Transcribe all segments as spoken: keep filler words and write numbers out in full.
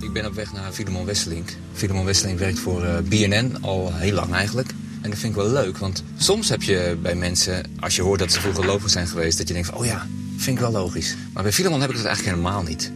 Ik ben op weg naar Filemon Wesselink. Filemon Wesselink werkt voor uh, B N N, al heel lang eigenlijk. En dat vind ik wel leuk, want soms heb je bij mensen, als je hoort dat ze vroeger gelovig zijn geweest, dat je denkt van, oh ja, vind ik wel logisch. Maar bij Filemon heb ik dat eigenlijk helemaal niet.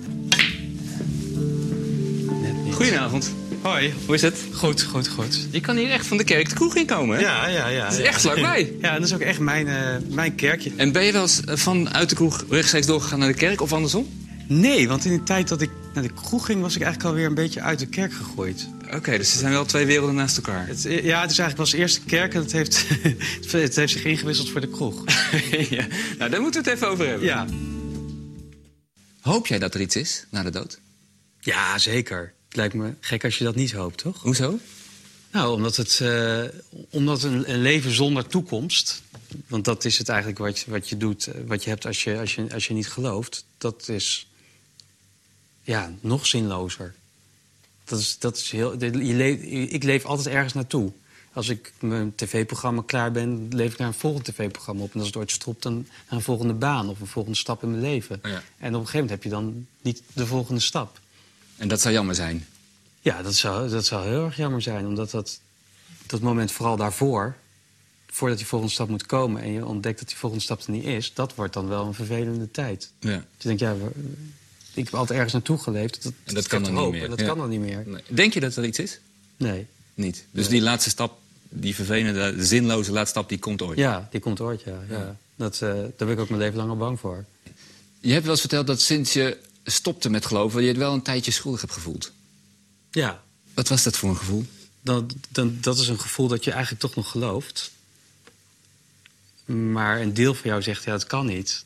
Net niet. Goedenavond. Hoi. Hoe is het? Goed, goed, goed. Je kan hier echt van de kerk de kroeg in komen, hè? Ja, ja, ja. Dat is ja. echt vlakbij. Ja, dat is ook echt mijn, uh, mijn kerkje. En ben je wel eens vanuit de kroeg rechtstreeks doorgegaan naar de kerk of andersom? Nee, want in de tijd dat ik naar de kroeg ging, was ik eigenlijk alweer een beetje uit de kerk gegooid. Oké, okay, dus er zijn wel twee werelden naast elkaar. Het, ja, het is eigenlijk was eerst de kerk en het heeft, het heeft zich ingewisseld voor de kroeg. Ja, nou, daar moeten we het even over hebben. Ja. Hoop jij dat er iets is na de dood? Ja, zeker. Het lijkt me gek als je dat niet hoopt, toch? Hoezo? Nou, omdat, het, uh, omdat een, een leven zonder toekomst, want dat is het eigenlijk wat je, wat je doet, wat je hebt als je, als, je, als je niet gelooft, dat is ja, nog zinlozer. Dat is, dat is heel, je leef, ik leef altijd ergens naartoe. Als ik mijn tv-programma klaar ben, leef ik naar een volgend tv-programma op. En als het ooit stopt, dan naar een volgende baan of een volgende stap in mijn leven. Oh ja. En op een gegeven moment heb je dan niet de volgende stap. En dat zou jammer zijn? Ja, dat zou, dat zou heel erg jammer zijn. Omdat dat, dat moment vooral daarvoor, voordat die volgende stap moet komen, en je ontdekt dat die volgende stap er niet is, dat wordt dan wel een vervelende tijd. Ja. Dus je denkt, ja, ik heb altijd ergens naartoe geleefd. Dat, en dat kan dan niet meer. En dat ja. kan dan niet meer. Nee. Denk je dat er iets is? Nee. Niet. Dus nee. die laatste stap, die vervelende, de zinloze laatste stap, die komt ooit? Ja, die komt ooit, ja. ja. ja. Dat, uh, daar ben ik ook mijn leven lang al bang voor. Je hebt wel eens verteld dat sinds je stopte met geloven, je het wel een tijdje schuldig hebt gevoeld. Ja. Wat was dat voor een gevoel? Dan, dan, dat is een gevoel dat je eigenlijk toch nog gelooft. Maar een deel van jou zegt, ja, dat kan niet.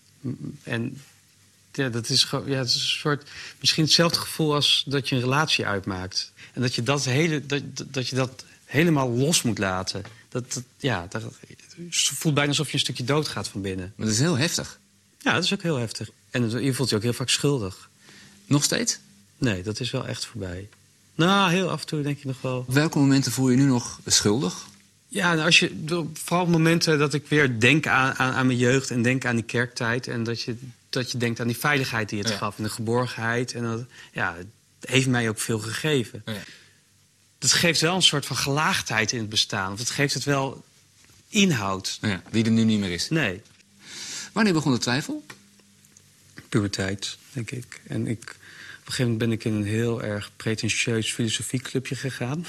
En ja, dat is gewoon, ja, het is een soort, misschien hetzelfde gevoel als dat je een relatie uitmaakt. En dat je dat, hele, dat, dat, je dat helemaal los moet laten. Dat, dat, ja, dat voelt bijna alsof je een stukje dood gaat van binnen. Maar dat is heel heftig. Ja, dat is ook heel heftig. En je voelt je ook heel vaak schuldig. Nog steeds? Nee, dat is wel echt voorbij. Nou, heel af en toe denk je nog wel. Op welke momenten voel je nu nog schuldig? Ja, als je, vooral op momenten dat ik weer denk aan, aan, aan mijn jeugd en denk aan die kerktijd. En dat je, dat je denkt aan die veiligheid die het ja. gaf en de geborgenheid. En dat, ja, het heeft mij ook veel gegeven. Ja. Dat geeft wel een soort van gelaagdheid in het bestaan. Of het geeft het wel inhoud. Ja, die er nu niet meer is. Nee. Wanneer begon de twijfel? Puberteit, denk ik. En ik, op een gegeven moment ben ik in een heel erg pretentieus filosofieclubje gegaan.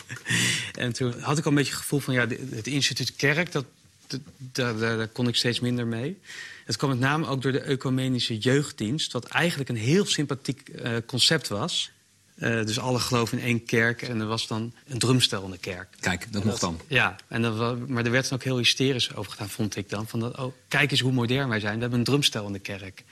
En toen had ik al een beetje het gevoel van, ja, het instituut kerk, dat, dat, daar, daar kon ik steeds minder mee. Het kwam met name ook door de Ecumenische Jeugddienst, wat eigenlijk een heel sympathiek uh, concept was. Uh, dus alle geloven in één kerk en er was dan een drumstel in de kerk. Kijk, dat mocht dan. Ja, en dat was, maar er werd dan ook heel hysterisch over gedaan, vond ik dan. Van dat, oh, kijk eens hoe modern wij zijn, we hebben een drumstel in de kerk.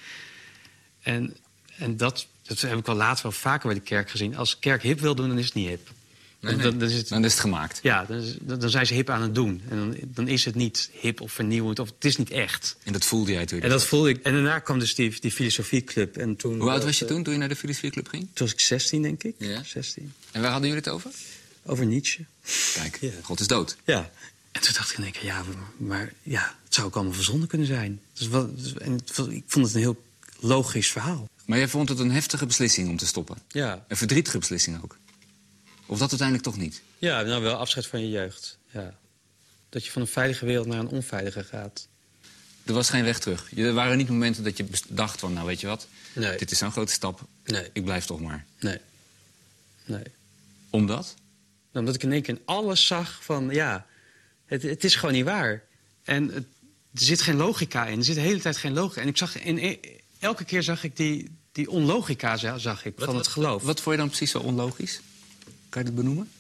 En, en dat, dat heb ik wel later wel vaker bij de kerk gezien. Als de kerk hip wil doen, dan is het niet hip. Nee, nee. Dan, dan, is het, dan is het gemaakt. Ja, dan, is, dan zijn ze hip aan het doen. En dan, dan is het niet hip of vernieuwend, of het is niet echt. En dat voelde jij toen? En dat voelde ik. En daarna kwam dus die, die filosofieclub. En toen, Hoe oud was je toen, toen je naar de filosofieclub ging? Toen was ik zestien, denk ik. Ja. zestien. En waar hadden jullie het over? Over Nietzsche. Kijk, ja. God is dood. Ja. En toen dacht ik in één keer, ja, maar ja, het zou ook allemaal verzonnen kunnen zijn. Dus wat, en ik vond het een heel logisch verhaal. Maar jij vond het een heftige beslissing om te stoppen? Ja. Een verdrietige beslissing ook? Of dat uiteindelijk toch niet? Ja, nou wel afscheid van je jeugd. Ja. Dat je van een veilige wereld naar een onveilige gaat. Er was geen weg terug. Er waren niet momenten dat je dacht van, nou weet je wat, nee. dit is zo'n grote stap, nee. ik blijf toch maar. Nee. Nee. Omdat? Omdat ik in één keer in alles zag van, ja, het, het is gewoon niet waar. En het, er zit geen logica in, er zit de hele tijd geen logica. En ik zag, in, elke keer zag ik die, die onlogica zag ik, wat, van het wat, geloof. Wat vond je dan precies zo onlogisch? Kan je dat benoemen?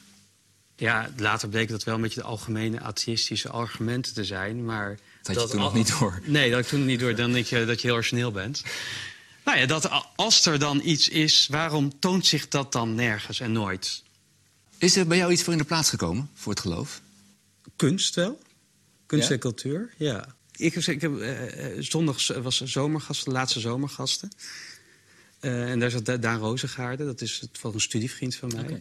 Ja, later bleek dat wel een beetje de algemene atheïstische argumenten te zijn, maar... Dat had je toen al, nog niet door. Nee, dat had ik toen nog niet door. Dan denk je dat je heel origineel bent. Nou ja, dat als er dan iets is, waarom toont zich dat dan nergens en nooit? Is er bij jou iets voor in de plaats gekomen, voor het geloof? Kunst wel. Kunst ja? en cultuur, ja. Ik, ik heb, uh, zondag was zomergasten, de laatste zomergasten. Uh, en daar zat Daan Rozengaarde, dat is het, een studievriend van mij. Okay.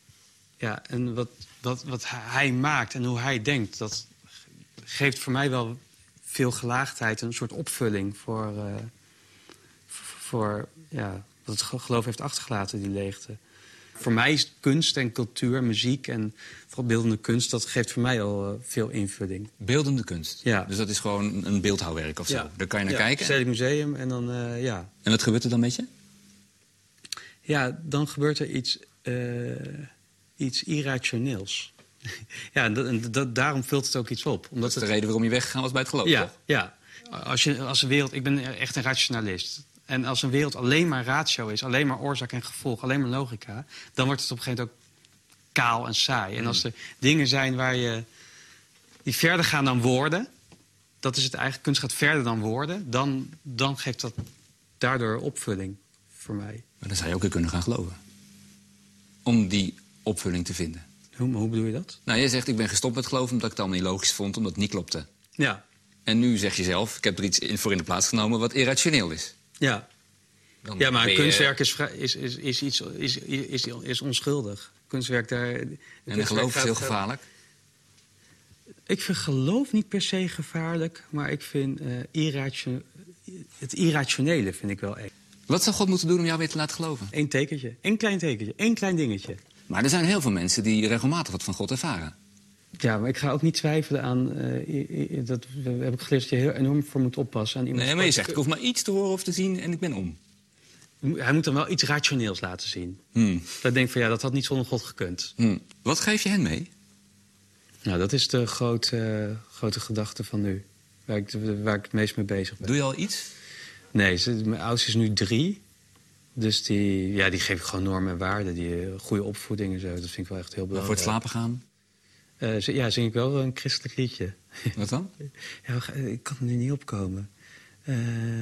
Ja, en wat, wat, wat hij maakt en hoe hij denkt, dat geeft voor mij wel veel gelaagdheid, een soort opvulling voor, uh, voor ja, wat dat het geloof heeft achtergelaten, die leegte. Voor mij is kunst en cultuur, muziek en vooral beeldende kunst... dat geeft voor mij al uh, veel invulling. Beeldende kunst? Ja. Dus dat is gewoon een beeldhouwwerk of zo? Ja. Daar kan je naar ja, kijken? Stedelijk Museum en dan, uh, ja. En wat gebeurt er dan met je? Ja, dan gebeurt er iets, uh, iets irrationeels. ja, en dat, en dat, daarom vult het ook iets op. Omdat Dat is de het... reden waarom je weggegaan was bij het geloof, Ja, toch? ja. Als, je, als een wereld... Ik ben echt een rationalist. En als een wereld alleen maar ratio is, alleen maar oorzaak en gevolg, alleen maar logica... dan wordt het op een gegeven moment ook kaal en saai. En als er dingen zijn waar je, die verder gaan dan woorden... dat is het eigenlijk, kunst gaat verder dan woorden... dan, dan geeft dat daardoor opvulling voor mij. Maar dan zou je ook weer kunnen gaan geloven. Om die opvulling te vinden. Hoe, hoe bedoel je dat? Nou, jij zegt, ik ben gestopt met geloven omdat ik het allemaal niet logisch vond... omdat het niet klopte. Ja. En nu zeg je zelf, ik heb er iets in voor in de plaats genomen wat irrationeel is. Ja, Dan ja maar ben een je- kunstwerk is, vrij- is, is, is, iets, is, is, is onschuldig. Kunstwerk daar... En kunstwerk geloof is gaat- heel gaat- gevaarlijk. Ik vind geloof niet per se gevaarlijk, maar ik vind uh, irration, het irrationele vind ik wel eng. Wat zou God moeten doen om jou weer te laten geloven? Eén tekentje, één klein tekentje, één klein dingetje. Maar er zijn heel veel mensen die regelmatig wat van God ervaren. Ja, maar ik ga ook niet twijfelen aan... Uh, i- i- dat heb ik geleerd dat je heel enorm voor moet oppassen. Aan iemand Nee, maar je zegt, ik hoef maar iets te horen of te zien en ik ben om. Hij moet dan wel iets rationeels laten zien. Hmm. Dat ik denk van ja, dat had niet zonder God gekund. Hmm. Wat geef je hen mee? Nou, dat is de grote, uh, grote gedachte van nu. Waar ik, waar ik het meest mee bezig ben. Doe je al iets? Nee, ze, mijn oudste is nu drie. Dus die, ja, die geef ik gewoon normen en waarden. Die uh, goede opvoeding en zo. Dat vind ik wel echt heel Voor belangrijk. het slapen gaan? Uh, z- ja, zing ik wel een christelijk liedje. Wat dan? Ja, we gaan- ik kan er nu niet opkomen. Uh,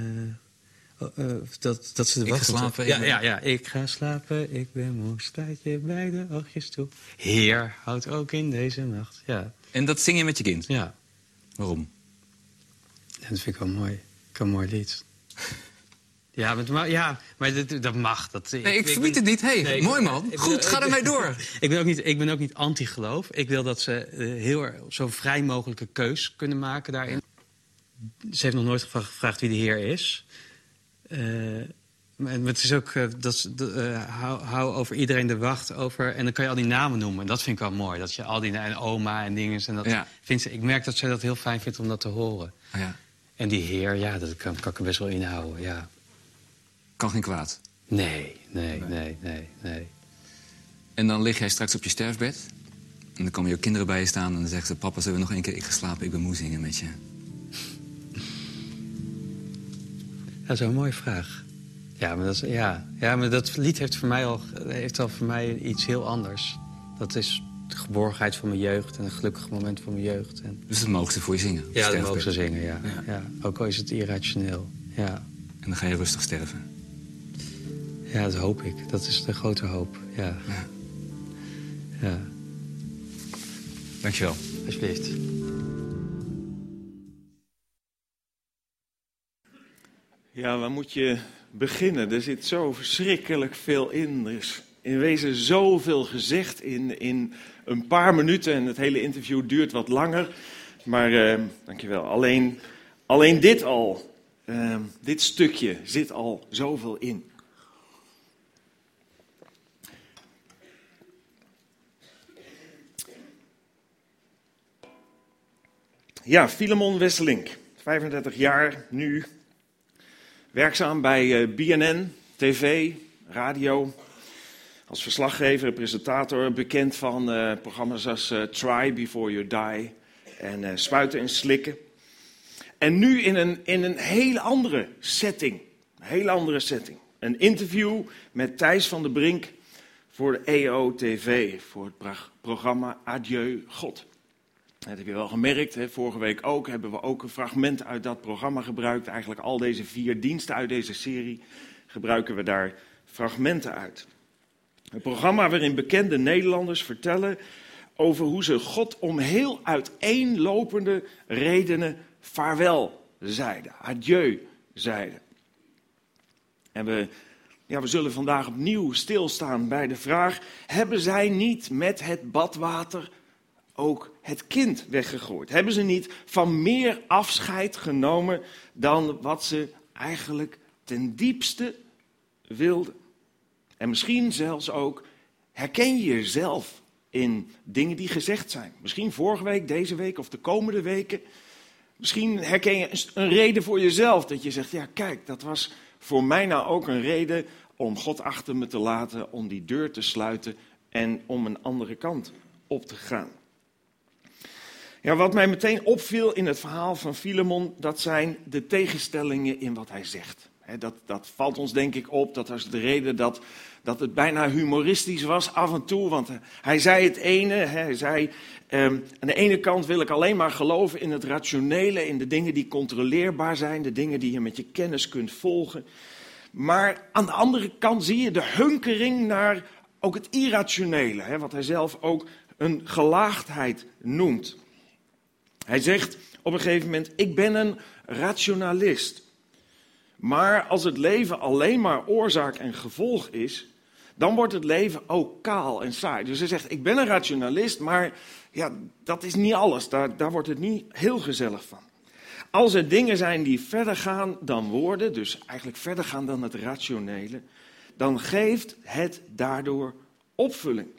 oh, uh, dat, dat ze de Ik wacht ga op- slapen, Ja, ik ben- ja, ja, ik ga slapen. Ik ben moe. Staat je bij de oogjes toe. Heer, houdt ook in deze nacht. Ja, En dat zing je met je kind? ja. Waarom? En dat vind ik wel mooi. Ik een mooi lied. Ja, maar, maar, ja, maar dat, dat mag. Dat, Nee, ik verbied het niet. Hey, Nee, mooi ik- man. ik- Goed, ik- ga ermee door. Ik ben ook niet, ik ben ook niet anti-geloof. Ik wil dat ze uh, heel erg zo vrij mogelijke keus kunnen maken daarin. Ze heeft nog nooit gevra- gevraagd wie de Heer is. Uh, maar het is ook, uh, dat ze, uh, hou, hou over iedereen de wacht over. En dan kan je al die namen noemen. En dat vind ik wel mooi. Dat je al die en oma en dingen. En dat Ja. vindt ze, ik merk dat zij dat heel fijn vindt om dat te horen. Ah, ja. En die Heer, ja, dat kan, kan ik er best wel inhouden. Ja. Kan geen kwaad. Nee, nee, nee, nee, nee. En dan lig jij straks op je sterfbed. En dan komen je kinderen bij je staan en dan zeggen ze... Papa, zullen we nog één keer ik ga slapen, ik ben moe zingen met je? Dat is een mooie vraag. Ja, maar dat, is, ja. Ja, maar dat lied heeft, voor mij al, heeft al voor mij iets heel anders. Dat is de geborgenheid van mijn jeugd en een gelukkig moment van mijn jeugd. En... Dus dat mogen ze voor je zingen? op je Ja, dat sterfbed. mogen ze zingen, ja. Ja. Ja. Ook al is het irrationeel. Ja. En dan ga je rustig sterven. Ja, dat hoop ik. Dat is de grote hoop. Ja. Ja. Ja. Dankjewel. Alsjeblieft. Ja, waar moet je beginnen? Er zit zo verschrikkelijk veel in. Er is in wezen zoveel gezegd in, in een paar minuten. En het hele interview duurt wat langer. Maar uh, dankjewel. Alleen, alleen dit al, uh, dit stukje zit al zoveel in. Ja, Filemon Wesselink, vijfendertig jaar nu. Werkzaam bij B N N, tv, radio. Als verslaggever en presentator bekend van uh, programma's als uh, Try Before You Die en uh, Spuiten en Slikken. En nu in een, in een hele andere setting. Een hele andere setting. Een interview met Thijs van der Brink voor de E O T V, voor het pra- programma Adieu God. Dat heb je wel gemerkt, hè? Vorige week ook hebben we ook een fragment uit dat programma gebruikt. Eigenlijk al deze vier diensten uit deze serie gebruiken we daar fragmenten uit. Een programma waarin bekende Nederlanders vertellen over hoe ze God om heel uiteenlopende redenen vaarwel zeiden, adieu zeiden. En we, ja, we zullen vandaag opnieuw stilstaan bij de vraag, hebben zij niet met het badwater ook het kind weggegooid? Hebben ze niet van meer afscheid genomen dan wat ze eigenlijk ten diepste wilde. En misschien zelfs ook herken je jezelf in dingen die gezegd zijn. Misschien vorige week, deze week of de komende weken. Misschien herken je een reden voor jezelf dat je zegt, ja kijk, dat was voor mij nou ook een reden om God achter me te laten, om die deur te sluiten en om een andere kant op te gaan. Ja, wat mij meteen opviel in het verhaal van Filemon, dat zijn de tegenstellingen in wat hij zegt. He, dat, dat valt ons denk ik op, dat was de reden dat, dat het bijna humoristisch was af en toe. Want hij zei het ene, hij zei, um, aan de ene kant wil ik alleen maar geloven in het rationele, in de dingen die controleerbaar zijn, de dingen die je met je kennis kunt volgen. Maar aan de andere kant zie je de hunkering naar ook het irrationele, he, wat hij zelf ook een gelaagdheid noemt. Hij zegt op een gegeven moment, ik ben een rationalist. Maar als het leven alleen maar oorzaak en gevolg is, dan wordt het leven ook kaal en saai. Dus hij zegt, ik ben een rationalist, maar ja, dat is niet alles. Daar, daar wordt het niet heel gezellig van. Als er dingen zijn die verder gaan dan woorden, dus eigenlijk verder gaan dan het rationele, dan geeft het daardoor opvulling.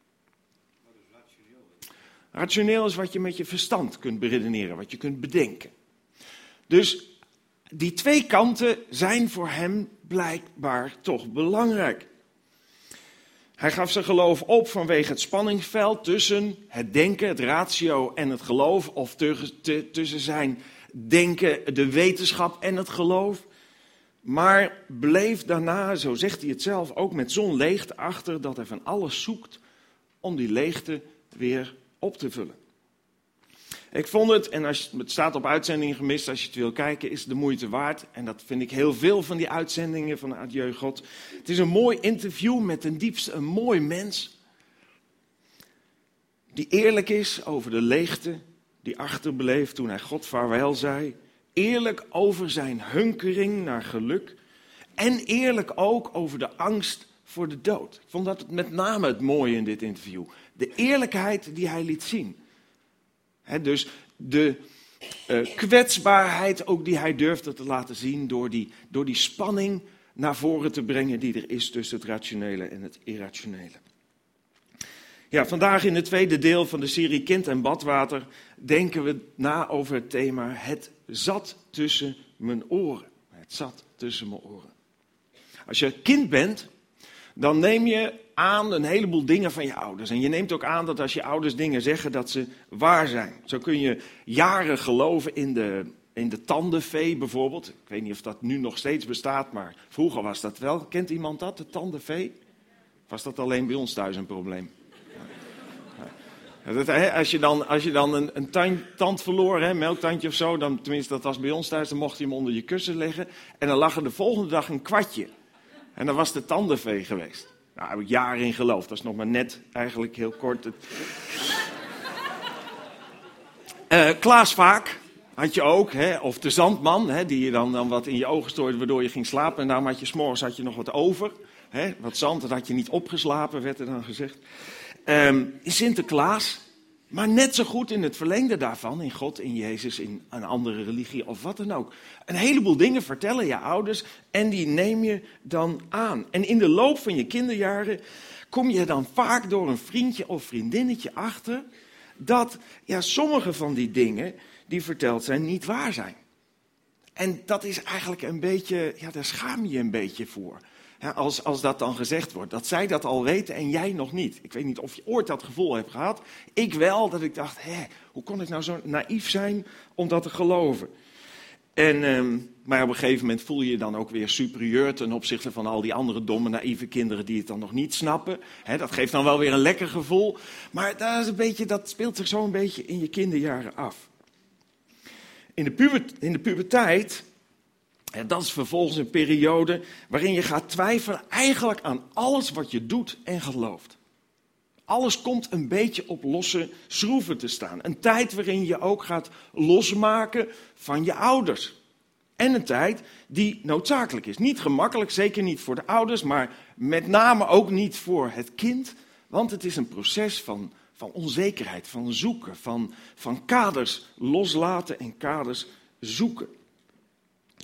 Rationeel is wat je met je verstand kunt beredeneren, wat je kunt bedenken. Dus die twee kanten zijn voor hem blijkbaar toch belangrijk. Hij gaf zijn geloof op vanwege het spanningsveld tussen het denken, het ratio en het geloof, of tussen zijn denken, de wetenschap en het geloof. Maar bleef daarna, zo zegt hij het zelf, ook met zo'n leegte achter dat hij van alles zoekt om die leegte weer op te vullen. Ik vond het, en als je, het staat op uitzendingen gemist, als je het wil kijken, is het de moeite waard. En dat vind ik heel veel van die uitzendingen van Adieu God. Het is een mooi interview met ten diepste een mooi mens. Die eerlijk is over de leegte die achterbleef toen hij God vaarwel zei. Eerlijk over zijn hunkering naar geluk. En eerlijk ook over de angst voor de dood. Ik vond dat met name het mooie in dit interview. De eerlijkheid die hij liet zien. He, dus de uh, kwetsbaarheid ook die hij durfde te laten zien door die, door die spanning naar voren te brengen die er is tussen het rationele en het irrationele. Ja, vandaag in het tweede deel van de serie Kind en Badwater denken we na over het thema het zat tussen mijn oren. Het zat tussen mijn oren. Als je kind bent, dan neem je aan een heleboel dingen van je ouders. En je neemt ook aan dat als je ouders dingen zeggen, dat ze waar zijn. Zo kun je jaren geloven in de, in de tandenfee bijvoorbeeld. Ik weet niet of dat nu nog steeds bestaat, maar vroeger was dat wel. Kent iemand dat, de tandenfee? Of was dat alleen bij ons thuis een probleem? Ja. Dat, hè, als je dan, als je dan een, een tand, tand verloor, hè, melktandje of zo, dan, tenminste dat was bij ons thuis, dan mocht je hem onder je kussen leggen. En dan lag er de volgende dag een kwartje. En dat was de tandenfee geweest. Nou, daar heb ik jaren in geloofd. Dat is nog maar net, eigenlijk heel kort. Het... Uh, Klaas Vaak had je ook, hè, of de zandman, hè, die je dan, dan wat in je ogen stoorde, waardoor je ging slapen. En daarom had je 's morgens had je nog wat over. Hè, wat zand, dat had je niet opgeslapen, werd er dan gezegd. Um, Sinterklaas, maar net zo goed in het verlengde daarvan, in God, in Jezus, in een andere religie of wat dan ook. Een heleboel dingen vertellen je ouders en die neem je dan aan. En in de loop van je kinderjaren kom je dan vaak door een vriendje of vriendinnetje achter dat ja, sommige van die dingen die verteld zijn niet waar zijn. En dat is eigenlijk een beetje, ja, daar schaam je je een beetje voor. Ja, als, als dat dan gezegd wordt, dat zij dat al weten en jij nog niet. Ik weet niet of je ooit dat gevoel hebt gehad. Ik wel, dat ik dacht, hé, hoe kon ik nou zo naïef zijn om dat te geloven? En, um, maar op een gegeven moment voel je je dan ook weer superieur ten opzichte van al die andere domme, naïeve kinderen die het dan nog niet snappen. He, dat geeft dan wel weer een lekker gevoel. Maar dat, is een beetje, dat speelt zich zo een beetje in je kinderjaren af. In de, puber, in de puberteit... En dat is vervolgens een periode waarin je gaat twijfelen eigenlijk aan alles wat je doet en gelooft. Alles komt een beetje op losse schroeven te staan. Een tijd waarin je ook gaat losmaken van je ouders. En een tijd die noodzakelijk is. Niet gemakkelijk, zeker niet voor de ouders, maar met name ook niet voor het kind. Want het is een proces van, van onzekerheid, van zoeken, van, van kaders loslaten en kaders zoeken.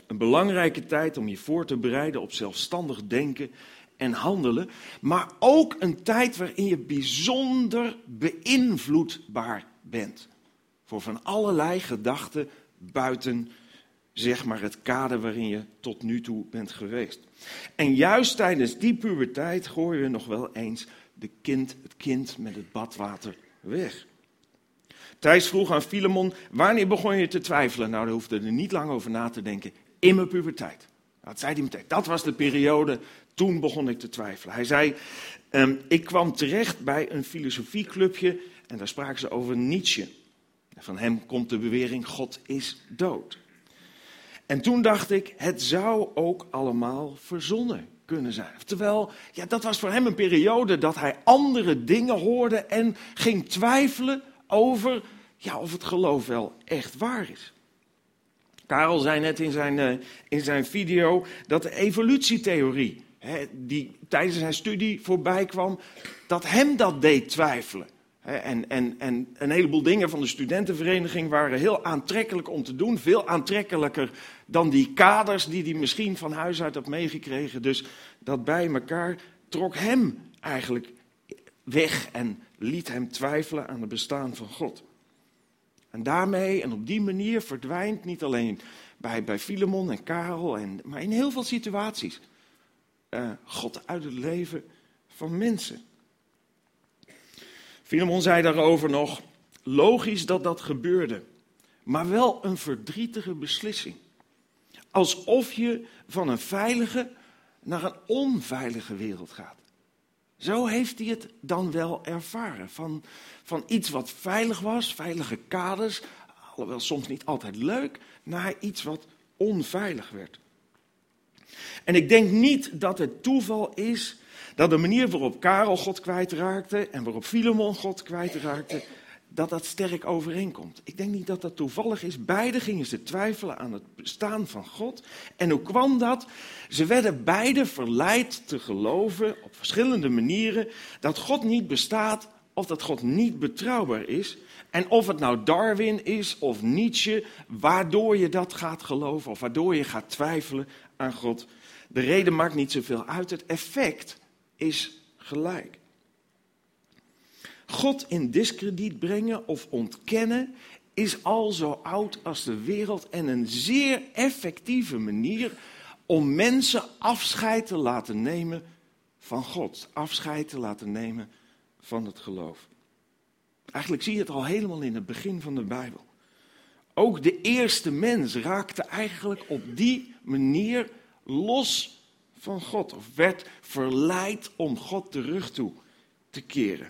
Een belangrijke tijd om je voor te bereiden op zelfstandig denken en handelen. Maar ook een tijd waarin je bijzonder beïnvloedbaar bent. Voor van allerlei gedachten buiten, zeg maar, het kader waarin je tot nu toe bent geweest. En juist tijdens die puberteit gooien we nog wel eens de kind, het kind met het badwater weg. Thijs vroeg aan Filemon, wanneer begon je te twijfelen? Nou, daar hoefde er niet lang over na te denken. In mijn puberteit. Dat zei hij meteen. Dat was de periode, toen begon ik te twijfelen. Hij zei, um, ik kwam terecht bij een filosofieclubje en daar spraken ze over Nietzsche. Van hem komt de bewering, God is dood. En toen dacht ik, het zou ook allemaal verzonnen kunnen zijn. Terwijl, ja, dat was voor hem een periode dat hij andere dingen hoorde en ging twijfelen over, ja, of het geloof wel echt waar is. Karel zei net in zijn, uh, in zijn video dat de evolutietheorie, hè, die tijdens zijn studie voorbij kwam, dat hem dat deed twijfelen. Hè, en, en, en een heleboel dingen van de studentenvereniging waren heel aantrekkelijk om te doen. Veel aantrekkelijker dan die kaders die hij misschien van huis uit had meegekregen. Dus dat bij elkaar trok hem eigenlijk weg en liet hem twijfelen aan het bestaan van God. En daarmee en op die manier verdwijnt niet alleen bij, bij Filemon en Karel, en, maar in heel veel situaties uh, God uit het leven van mensen. Filemon zei daarover nog, logisch dat dat gebeurde, maar wel een verdrietige beslissing. Alsof je van een veilige naar een onveilige wereld gaat. Zo heeft hij het dan wel ervaren. Van, van iets wat veilig was, veilige kaders, alhoewel soms niet altijd leuk, naar iets wat onveilig werd. En ik denk niet dat het toeval is dat de manier waarop Karel God kwijtraakte en waarop Filemon God kwijtraakte, dat dat sterk overeenkomt. Ik denk niet dat dat toevallig is. Beiden gingen ze twijfelen aan het bestaan van God. En hoe kwam dat? Ze werden beide verleid te geloven op verschillende manieren dat God niet bestaat of dat God niet betrouwbaar is. En of het nou Darwin is of Nietzsche, waardoor je dat gaat geloven of waardoor je gaat twijfelen aan God. De reden maakt niet zoveel uit. Het effect is gelijk. God in diskrediet brengen of ontkennen is al zo oud als de wereld en een zeer effectieve manier om mensen afscheid te laten nemen van God. Afscheid te laten nemen van het geloof. Eigenlijk zie je het al helemaal in het begin van de Bijbel. Ook de eerste mens raakte eigenlijk op die manier los van God. Of werd verleid om God de rug toe te keren.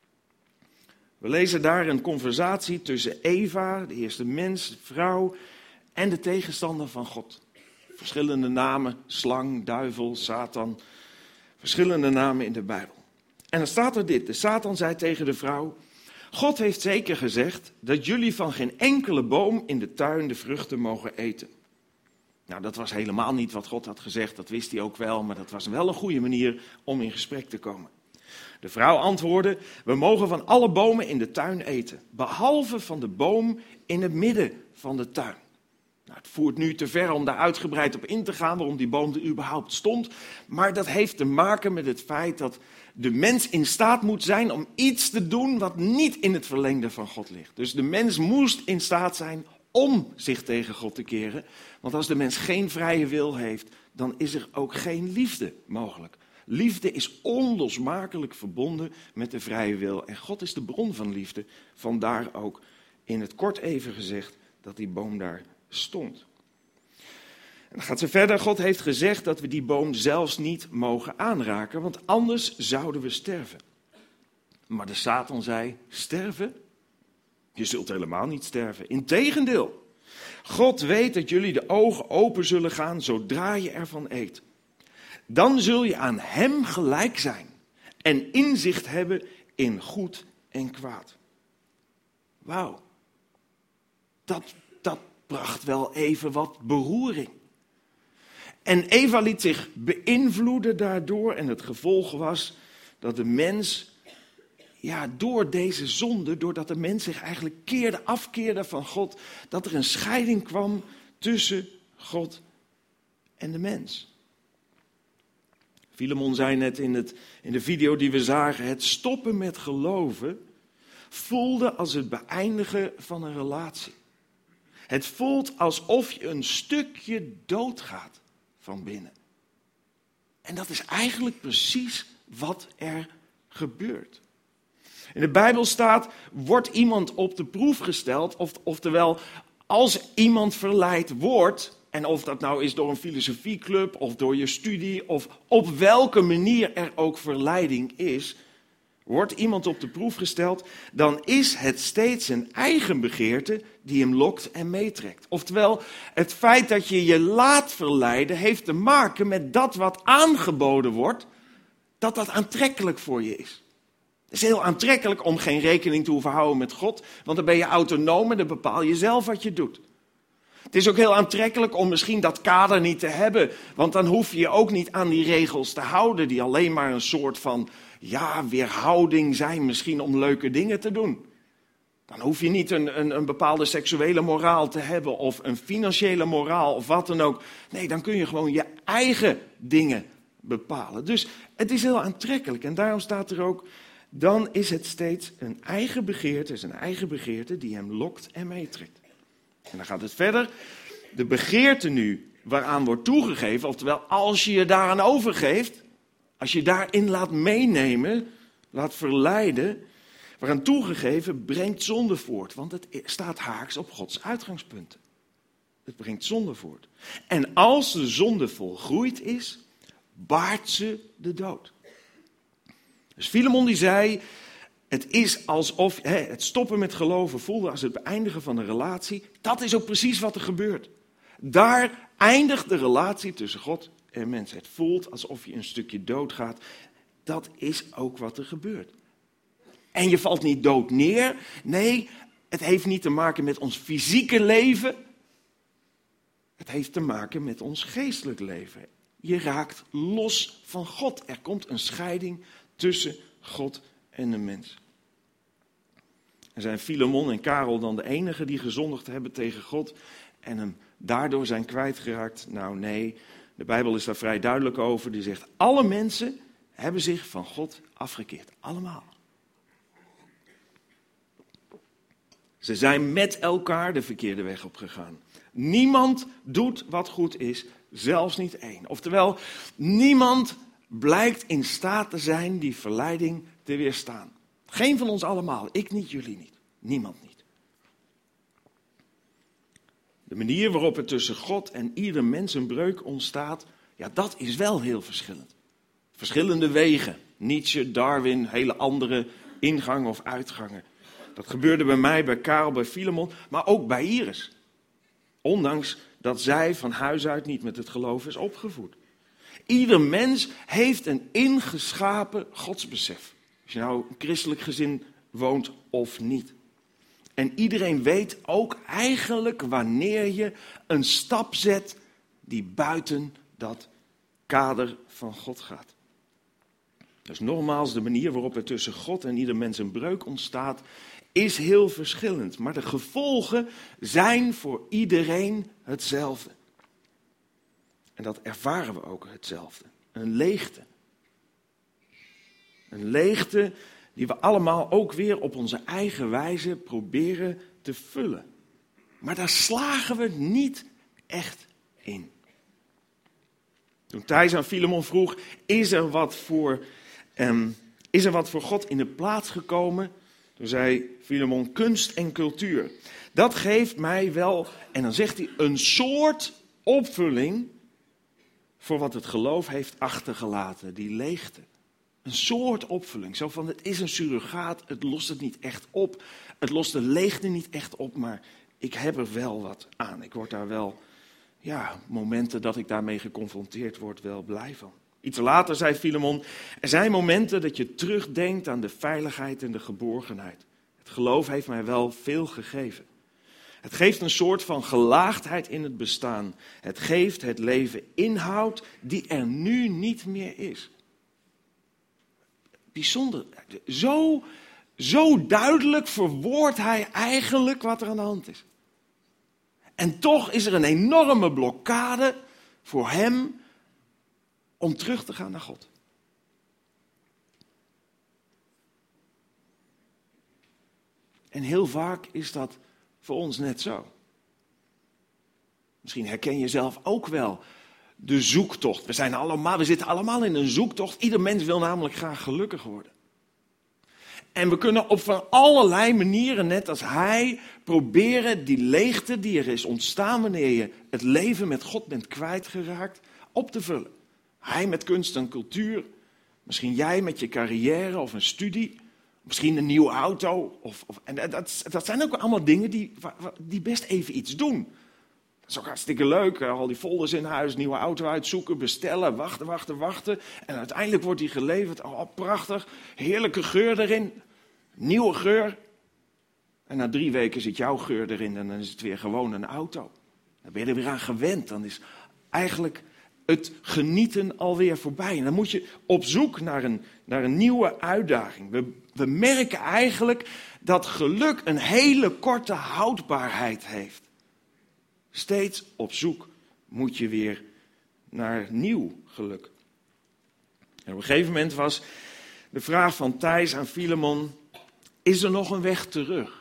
We lezen daar een conversatie tussen Eva, de eerste mens, de vrouw, en de tegenstander van God. Verschillende namen, slang, duivel, Satan. Verschillende namen in de Bijbel. En dan staat er dit. De Satan zei tegen de vrouw, God heeft zeker gezegd dat jullie van geen enkele boom in de tuin de vruchten mogen eten. Nou, dat was helemaal niet wat God had gezegd, dat wist hij ook wel, maar dat was wel een goede manier om in gesprek te komen. De vrouw antwoordde, we mogen van alle bomen in de tuin eten, behalve van de boom in het midden van de tuin. Nou, het voert nu te ver om daar uitgebreid op in te gaan waarom die boom er überhaupt stond, maar dat heeft te maken met het feit dat de mens in staat moet zijn om iets te doen wat niet in het verlengde van God ligt. Dus de mens moest in staat zijn om zich tegen God te keren, want als de mens geen vrije wil heeft, dan is er ook geen liefde mogelijk. Liefde is onlosmakelijk verbonden met de vrije wil. En God is de bron van liefde. Vandaar ook in het kort even gezegd dat die boom daar stond. En dan gaat ze verder. God heeft gezegd dat we die boom zelfs niet mogen aanraken. Want anders zouden we sterven. Maar de Satan zei, sterven? Je zult helemaal niet sterven. Integendeel. God weet dat jullie de ogen open zullen gaan zodra je ervan eet. Dan zul je aan hem gelijk zijn en inzicht hebben in goed en kwaad. Wauw, dat, dat bracht wel even wat beroering. En Eva liet zich beïnvloeden daardoor en het gevolg was dat de mens, ja, door deze zonde, doordat de mens zich eigenlijk keerde, afkeerde van God, dat er een scheiding kwam tussen God en de mens. Filemon zei net in, het, in de video die we zagen, het stoppen met geloven voelde als het beëindigen van een relatie. Het voelt alsof je een stukje doodgaat van binnen. En dat is eigenlijk precies wat er gebeurt. In de Bijbel staat, wordt iemand op de proef gesteld, of, oftewel, als iemand verleid wordt, en of dat nou is door een filosofieclub, of door je studie, of op welke manier er ook verleiding is, wordt iemand op de proef gesteld, dan is het steeds zijn eigen begeerte die hem lokt en meetrekt. Oftewel, het feit dat je je laat verleiden heeft te maken met dat wat aangeboden wordt, dat dat aantrekkelijk voor je is. Het is heel aantrekkelijk om geen rekening te hoeven houden met God, want dan ben je autonoom en dan bepaal je zelf wat je doet. Het is ook heel aantrekkelijk om misschien dat kader niet te hebben, want dan hoef je je ook niet aan die regels te houden, die alleen maar een soort van, ja, weerhouding zijn misschien om leuke dingen te doen. Dan hoef je niet een, een, een bepaalde seksuele moraal te hebben of een financiële moraal of wat dan ook. Nee, dan kun je gewoon je eigen dingen bepalen. Dus het is heel aantrekkelijk en daarom staat er ook, dan is het steeds een eigen begeerte, zijn eigen begeerte die hem lokt en meetrekt. En dan gaat het verder. De begeerte nu waaraan wordt toegegeven, oftewel als je je daaraan overgeeft, als je daarin laat meenemen, laat verleiden, waaraan toegegeven, brengt zonde voort. Want het staat haaks op Gods uitgangspunten. Het brengt zonde voort. En als de zonde volgroeid is, baart ze de dood. Dus Filemon die zei, het is alsof hè, het stoppen met geloven voelde als het beëindigen van een relatie. Dat is ook precies wat er gebeurt. Daar eindigt de relatie tussen God en mens. Het voelt alsof je een stukje dood gaat. Dat is ook wat er gebeurt. En je valt niet dood neer. Nee, het heeft niet te maken met ons fysieke leven. Het heeft te maken met ons geestelijk leven. Je raakt los van God. Er komt een scheiding tussen God en de mens. En zijn Filemon en Karel dan de enigen die gezondigd hebben tegen God en hem daardoor zijn kwijtgeraakt? Nou nee, de Bijbel is daar vrij duidelijk over. Die zegt, alle mensen hebben zich van God afgekeerd. Allemaal. Ze zijn met elkaar de verkeerde weg opgegaan. Niemand doet wat goed is, zelfs niet één. Oftewel, niemand blijkt in staat te zijn die verleiding te weerstaan. Geen van ons allemaal, ik niet, jullie niet. Niemand niet. De manier waarop er tussen God en ieder mens een breuk ontstaat, ja, dat is wel heel verschillend. Verschillende wegen. Nietzsche, Darwin, hele andere ingangen of uitgangen. Dat gebeurde bij mij, bij Karel, bij Filemon, maar ook bij Iris. Ondanks dat zij van huis uit niet met het geloof is opgevoed. Ieder mens heeft een ingeschapen godsbesef. Als je nou een christelijk gezin woont of niet. En iedereen weet ook eigenlijk wanneer je een stap zet die buiten dat kader van God gaat. Dus nogmaals, de manier waarop er tussen God en ieder mens een breuk ontstaat, is heel verschillend. Maar de gevolgen zijn voor iedereen hetzelfde. En dat ervaren we ook hetzelfde. Een leegte. Een leegte die we allemaal ook weer op onze eigen wijze proberen te vullen. Maar daar slagen we niet echt in. Toen Thijs aan Filemon vroeg, is er wat voor, um, is er wat voor God in de plaats gekomen? Toen zei Filemon, kunst en cultuur. Dat geeft mij wel, en dan zegt hij, een soort opvulling voor wat het geloof heeft achtergelaten, die leegte. Een soort opvulling, zo van het is een surrogaat, het lost het niet echt op, het lost de leegte niet echt op, maar ik heb er wel wat aan. Ik word daar wel, ja, momenten dat ik daarmee geconfronteerd word, wel blij van. Iets later zei Filemon, er zijn momenten dat je terugdenkt aan de veiligheid en de geborgenheid. Het geloof heeft mij wel veel gegeven. Het geeft een soort van gelaagdheid in het bestaan. Het geeft het leven inhoud die er nu niet meer is. Bijzonder. Zo, zo duidelijk verwoordt hij eigenlijk wat er aan de hand is. En toch is er een enorme blokkade voor hem om terug te gaan naar God. En heel vaak is dat voor ons net zo. Misschien herken je zelf ook wel de zoektocht. We zijn allemaal, we zitten allemaal in een zoektocht. Ieder mens wil namelijk graag gelukkig worden. En we kunnen op van allerlei manieren, net als hij, proberen die leegte die er is ontstaan wanneer je het leven met God bent kwijtgeraakt, op te vullen. Hij met kunst en cultuur, misschien jij met je carrière of een studie, misschien een nieuwe auto. Of, of, en dat, dat zijn ook allemaal dingen die, die best even iets doen. Dat is ook hartstikke leuk, al die folders in huis, nieuwe auto uitzoeken, bestellen, wachten, wachten, wachten. En uiteindelijk wordt die geleverd, oh prachtig, heerlijke geur erin, nieuwe geur. En na drie weken zit jouw geur erin en dan is het weer gewoon een auto. Dan ben je er weer aan gewend, dan is eigenlijk het genieten alweer voorbij. En dan moet je op zoek naar een, naar een nieuwe uitdaging. We, we merken eigenlijk dat geluk een hele korte houdbaarheid heeft. Steeds op zoek moet je weer naar nieuw geluk. En op een gegeven moment was de vraag van Thijs aan Filemon: is er nog een weg terug?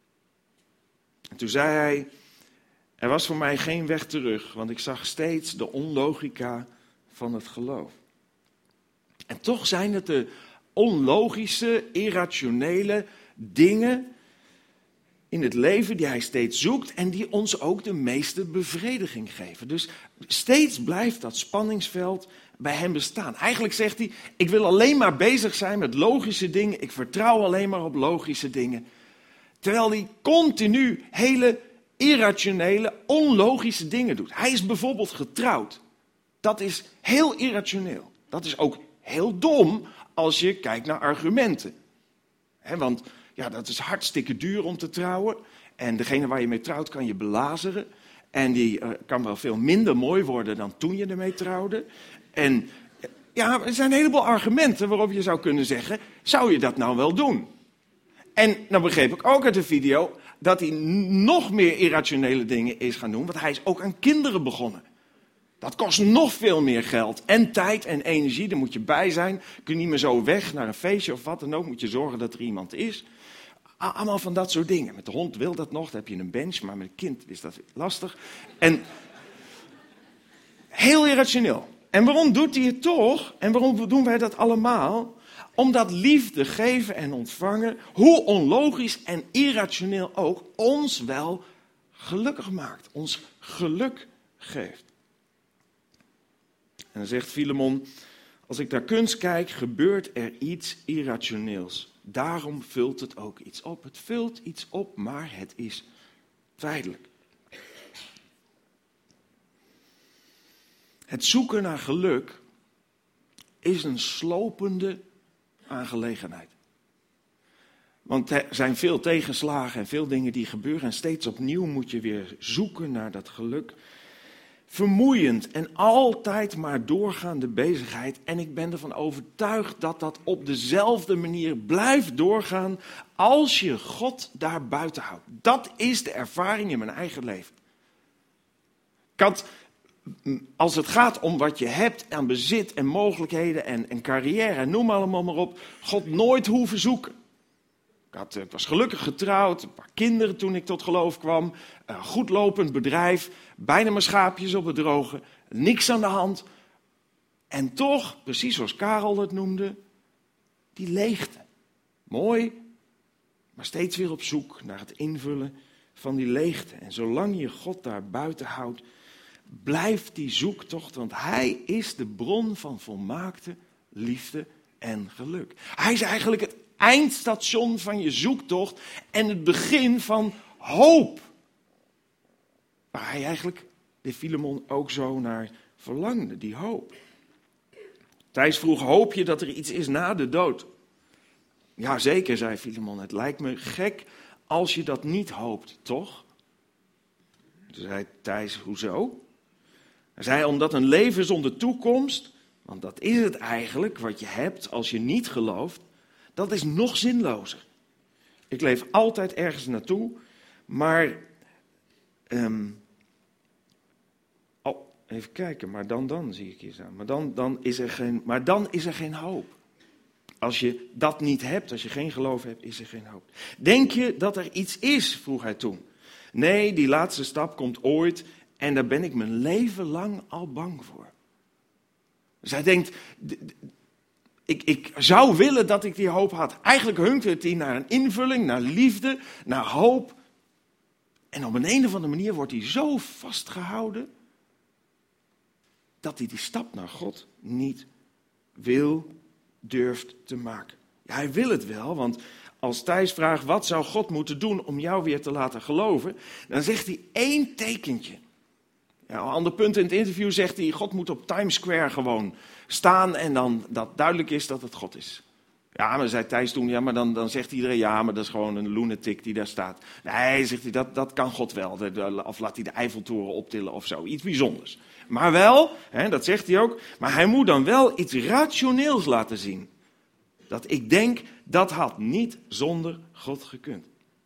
En toen zei hij: er was voor mij geen weg terug, want ik zag steeds de onlogica van het geloof. En toch zijn het de onlogische, irrationele dingen in het leven die hij steeds zoekt en die ons ook de meeste bevrediging geven. Dus steeds blijft dat spanningsveld bij hem bestaan. Eigenlijk zegt hij: ik wil alleen maar bezig zijn met logische dingen, ik vertrouw alleen maar op logische dingen. Terwijl hij continu hele irrationele, onlogische dingen doet. Hij is bijvoorbeeld getrouwd. Dat is heel irrationeel. Dat is ook heel dom als je kijkt naar argumenten. He, want ja, dat is hartstikke duur om te trouwen. En degene waar je mee trouwt kan je belazeren. En die uh, kan wel veel minder mooi worden dan toen je ermee trouwde. En ja, er zijn een heleboel argumenten waarop je zou kunnen zeggen: zou je dat nou wel doen? En dan begreep ik ook uit de video dat hij nog meer irrationele dingen is gaan doen. Want hij is ook aan kinderen begonnen. Dat kost nog veel meer geld. En tijd en energie, daar moet je bij zijn. Kun je niet meer zo weg naar een feestje of wat dan ook. Moet je zorgen dat er iemand is. Allemaal van dat soort dingen. Met de hond wil dat nog, dan heb je een bench. Maar met een kind is dat lastig. En heel irrationeel. En waarom doet hij het toch? En waarom doen wij dat allemaal? Omdat liefde geven en ontvangen, hoe onlogisch en irrationeel ook, ons wel gelukkig maakt. Ons geluk geeft. En dan zegt Filemon: als ik naar kunst kijk, gebeurt er iets irrationeels. Daarom vult het ook iets op. Het vult iets op, maar het is tijdelijk. Het zoeken naar geluk is een slopende aangelegenheid. Want er zijn veel tegenslagen en veel dingen die gebeuren. En steeds opnieuw moet je weer zoeken naar dat geluk. Vermoeiend en altijd maar doorgaande bezigheid. En ik ben ervan overtuigd dat dat op dezelfde manier blijft doorgaan als je God daar buiten houdt. Dat is de ervaring in mijn eigen leven. Ik had, als het gaat om wat je hebt aan bezit en mogelijkheden en, en carrière en noem allemaal maar op, God nooit hoeven zoeken. Ik, had, ik was gelukkig getrouwd, een paar kinderen toen ik tot geloof kwam, een goed lopend bedrijf, bijna mijn schaapjes op het droge, niks aan de hand. En toch, precies zoals Karel het noemde, die leegte. Mooi, maar steeds weer op zoek naar het invullen van die leegte. En zolang je God daar buiten houdt, blijft die zoektocht, want hij is de bron van volmaakte liefde en geluk. Hij is eigenlijk het eindstation van je zoektocht en het begin van hoop. Waar hij eigenlijk, de Filemon, ook zo naar verlangde, die hoop. Thijs vroeg: hoop je dat er iets is na de dood? Ja, zeker, zei Filemon. Het lijkt me gek als je dat niet hoopt, toch? Toen zei Thijs: hoezo? Hij zei: omdat een leven zonder toekomst, want dat is het eigenlijk wat je hebt als je niet gelooft, dat is nog zinlozer. Ik leef altijd ergens naartoe, maar um, oh, Even kijken, maar dan, dan zie ik hier staan. Maar dan, dan is er geen, maar dan is er geen hoop. Als je dat niet hebt, als je geen geloof hebt, is er geen hoop. Denk je dat er iets is, vroeg hij toen. Nee, die laatste stap komt ooit en daar ben ik mijn leven lang al bang voor. Dus hij denkt, ik, ik zou willen dat ik die hoop had. Eigenlijk hunkert hij naar een invulling, naar liefde, naar hoop. En op een, een of andere manier wordt hij zo vastgehouden dat hij die stap naar God niet wil, durft te maken. Ja, hij wil het wel, want als Thijs vraagt wat zou God moeten doen om jou weer te laten geloven, dan zegt hij één tekentje. Ja, een ander punt in het interview zegt hij, God moet op Times Square gewoon staan en dan dat duidelijk is dat het God is. Ja, maar zei Thijs toen, ja, maar dan, dan zegt iedereen, ja, maar dat is gewoon een lunatic die daar staat. Nee, zegt hij, dat, dat kan God wel. Of laat hij de Eiffeltoren optillen of zo, iets bijzonders. Maar wel, hè, dat zegt hij ook, maar hij moet dan wel iets rationeels laten zien. Dat ik denk, dat had niet zonder God gekund.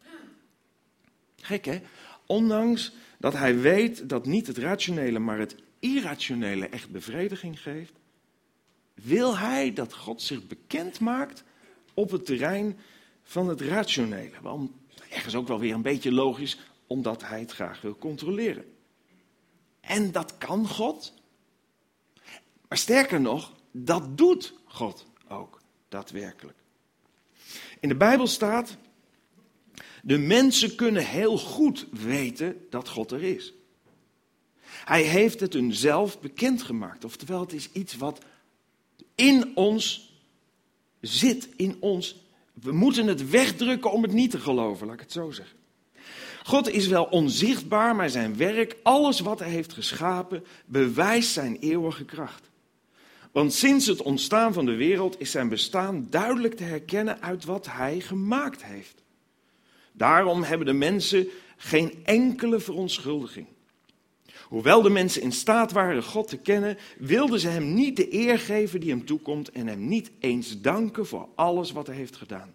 Gek, hè? Ondanks dat hij weet dat niet het rationele, maar het irrationele echt bevrediging geeft, wil hij dat God zich bekend maakt op het terrein van het rationele. Want ergens ook wel weer een beetje logisch, omdat hij het graag wil controleren. En dat kan God. Maar sterker nog, dat doet God ook daadwerkelijk. In de Bijbel staat, de mensen kunnen heel goed weten dat God er is. Hij heeft het hun zelf bekendgemaakt. Oftewel, het is iets wat in ons zit, in ons. We moeten het wegdrukken om het niet te geloven, laat ik het zo zeggen. God is wel onzichtbaar, maar zijn werk, alles wat hij heeft geschapen, bewijst zijn eeuwige kracht. Want sinds het ontstaan van de wereld is zijn bestaan duidelijk te herkennen uit wat hij gemaakt heeft. Daarom hebben de mensen geen enkele verontschuldiging. Hoewel de mensen in staat waren God te kennen, wilden ze hem niet de eer geven die hem toekomt en hem niet eens danken voor alles wat hij heeft gedaan.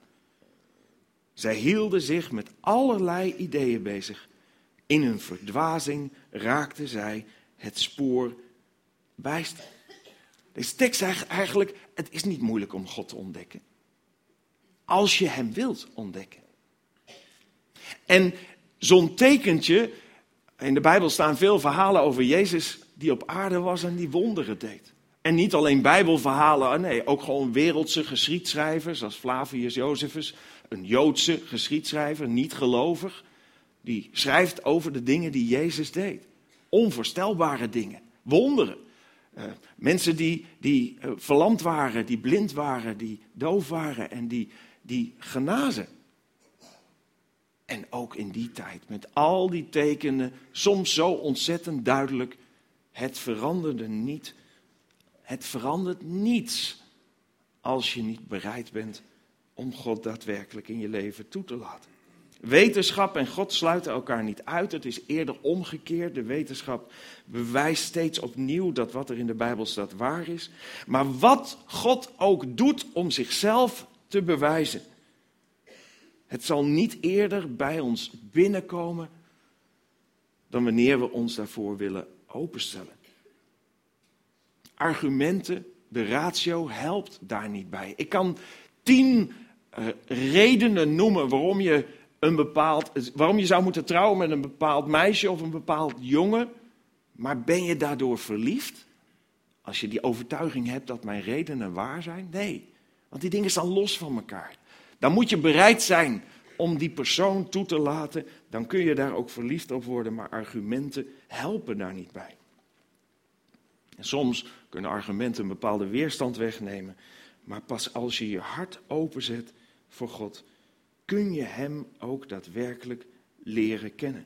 Zij hielden zich met allerlei ideeën bezig. In hun verdwazing raakten zij het spoor bijster. Deze tekst zegt eigenlijk, het is niet moeilijk om God te ontdekken. Als je hem wilt ontdekken. En zo'n tekentje, in de Bijbel staan veel verhalen over Jezus die op aarde was en die wonderen deed. En niet alleen Bijbelverhalen, nee, ook gewoon wereldse geschiedschrijvers, zoals Flavius Josephus, een Joodse geschiedschrijver, niet gelovig, die schrijft over de dingen die Jezus deed. Onvoorstelbare dingen, wonderen. Uh, mensen die, die uh, verlamd waren, die blind waren, die doof waren en die, die genazen. En ook in die tijd, met al die tekenen, soms zo ontzettend duidelijk, het veranderde niet. Het verandert niets als je niet bereid bent om God daadwerkelijk in je leven toe te laten. Wetenschap en God sluiten elkaar niet uit. Het is eerder omgekeerd. De wetenschap bewijst steeds opnieuw dat wat er in de Bijbel staat waar is. Maar wat God ook doet om zichzelf te bewijzen, het zal niet eerder bij ons binnenkomen dan wanneer we ons daarvoor willen openstellen. Argumenten, de ratio helpt daar niet bij. Ik kan tien uh, redenen noemen waarom je, een bepaald, waarom je zou moeten trouwen met een bepaald meisje of een bepaald jongen. Maar ben je daardoor verliefd? Als je die overtuiging hebt dat mijn redenen waar zijn? Nee, want die dingen staan los van elkaar. Dan moet je bereid zijn om die persoon toe te laten. Dan kun je daar ook verliefd op worden, maar argumenten helpen daar niet bij. En soms kunnen argumenten een bepaalde weerstand wegnemen. Maar pas als je je hart openzet voor God, kun je hem ook daadwerkelijk leren kennen.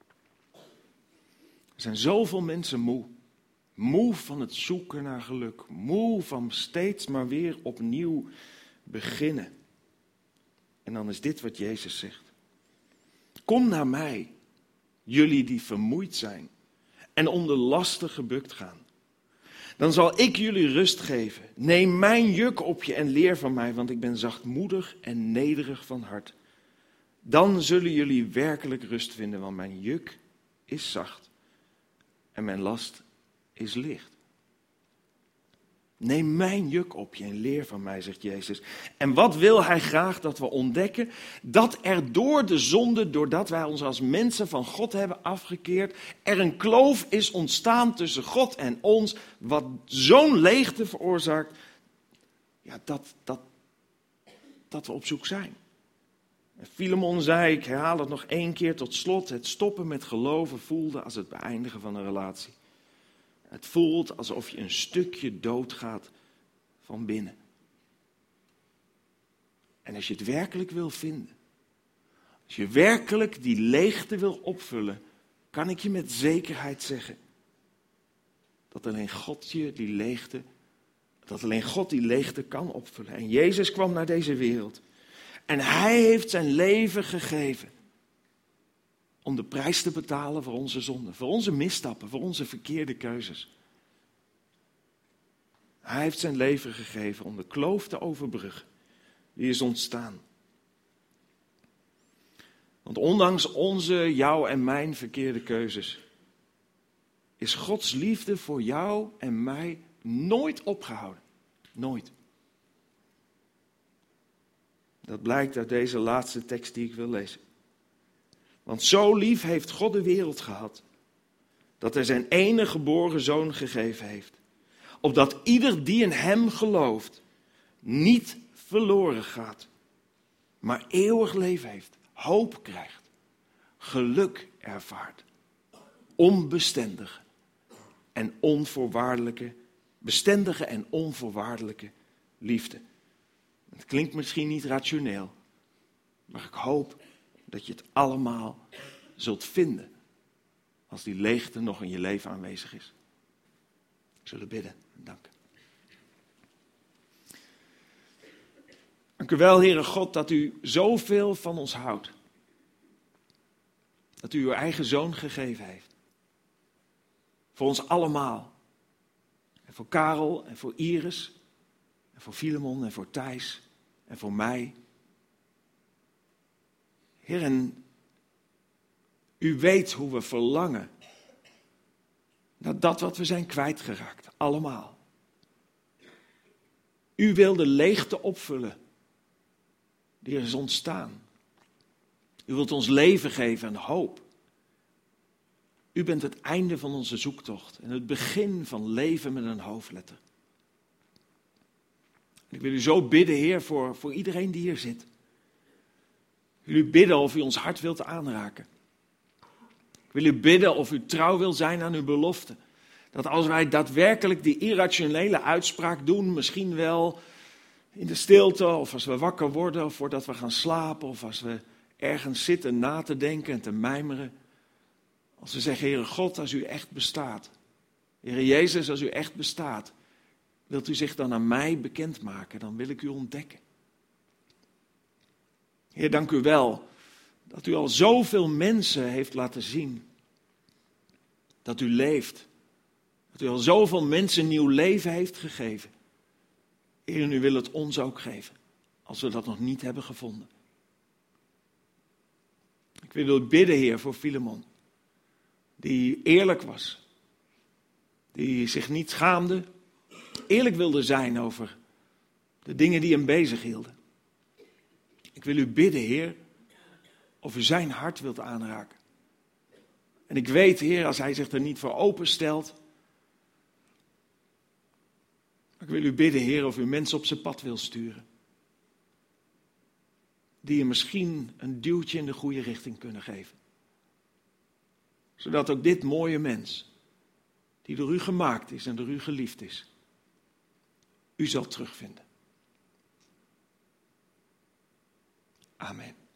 Er zijn zoveel mensen moe. Moe van het zoeken naar geluk. Moe van steeds maar weer opnieuw beginnen. En dan is dit wat Jezus zegt. Kom naar mij, jullie die vermoeid zijn en onder lasten gebukt gaan. Dan zal ik jullie rust geven. Neem mijn juk op je en leer van mij, want ik ben zachtmoedig en nederig van hart. Dan zullen jullie werkelijk rust vinden, want mijn juk is zacht en mijn last is licht. Neem mijn juk op je en leer van mij, zegt Jezus. En wat wil hij graag dat we ontdekken? Dat er door de zonde, doordat wij ons als mensen van God hebben afgekeerd, er een kloof is ontstaan tussen God en ons, wat zo'n leegte veroorzaakt, ja, dat, dat, dat we op zoek zijn. En Filemon zei, ik herhaal het nog één keer tot slot, het stoppen met geloven voelde als het beëindigen van een relatie. Het voelt alsof je een stukje doodgaat van binnen. En als je het werkelijk wil vinden, als je werkelijk die leegte wil opvullen, kan ik je met zekerheid zeggen dat alleen God je die leegte, dat alleen God die leegte kan opvullen. En Jezus kwam naar deze wereld en hij heeft zijn leven gegeven om de prijs te betalen voor onze zonden, voor onze misstappen, voor onze verkeerde keuzes. Hij heeft zijn leven gegeven om de kloof te overbruggen die is ontstaan. Want ondanks onze, jouw en mijn verkeerde keuzes, is Gods liefde voor jou en mij nooit opgehouden. Nooit. Dat blijkt uit deze laatste tekst die ik wil lezen. Want zo lief heeft God de wereld gehad, dat hij zijn enige geboren zoon gegeven heeft. Opdat ieder die in hem gelooft, niet verloren gaat, maar eeuwig leven heeft, hoop krijgt, geluk ervaart, onbestendige en onvoorwaardelijke, bestendige en onvoorwaardelijke liefde. Het klinkt misschien niet rationeel, maar ik hoop dat je het allemaal zult vinden als die leegte nog in je leven aanwezig is. We zullen bidden en danken. Dank u wel, Heere God, dat u zoveel van ons houdt. Dat u uw eigen zoon gegeven heeft. Voor ons allemaal. En voor Karel en voor Iris. En voor Filemon en voor Thijs. En voor mij. Heer, en u weet hoe we verlangen naar dat wat we zijn kwijtgeraakt. Allemaal. U wil de leegte opvullen die er is ontstaan. U wilt ons leven geven en hoop. U bent het einde van onze zoektocht en het begin van leven met een hoofdletter. Ik wil u zo bidden, Heer, voor, voor iedereen die hier zit. Ik wil u bidden of u ons hart wilt aanraken. Ik wil u bidden of u trouw wil zijn aan uw belofte. Dat als wij daadwerkelijk die irrationele uitspraak doen, misschien wel in de stilte, of als we wakker worden, of voordat we gaan slapen, of als we ergens zitten na te denken en te mijmeren. Als we zeggen, Heere God, als u echt bestaat. Heere Jezus, als u echt bestaat, wilt u zich dan aan mij bekendmaken, dan wil ik u ontdekken. Heer, dank u wel dat u al zoveel mensen heeft laten zien dat u leeft. Dat u al zoveel mensen nieuw leven heeft gegeven. Heer, en u wil het ons ook geven, als we dat nog niet hebben gevonden. Ik wil u bidden, Heer, voor Filemon, die eerlijk was, die zich niet schaamde, eerlijk wilde zijn over de dingen die hem bezig hielden. Ik wil u bidden, Heer, of u zijn hart wilt aanraken. En ik weet, Heer, als hij zich er niet voor openstelt. Ik wil u bidden, Heer, of u mensen op zijn pad wil sturen. Die je misschien een duwtje in de goede richting kunnen geven. Zodat ook dit mooie mens, die door u gemaakt is en door u geliefd is, u zal terugvinden. Amen.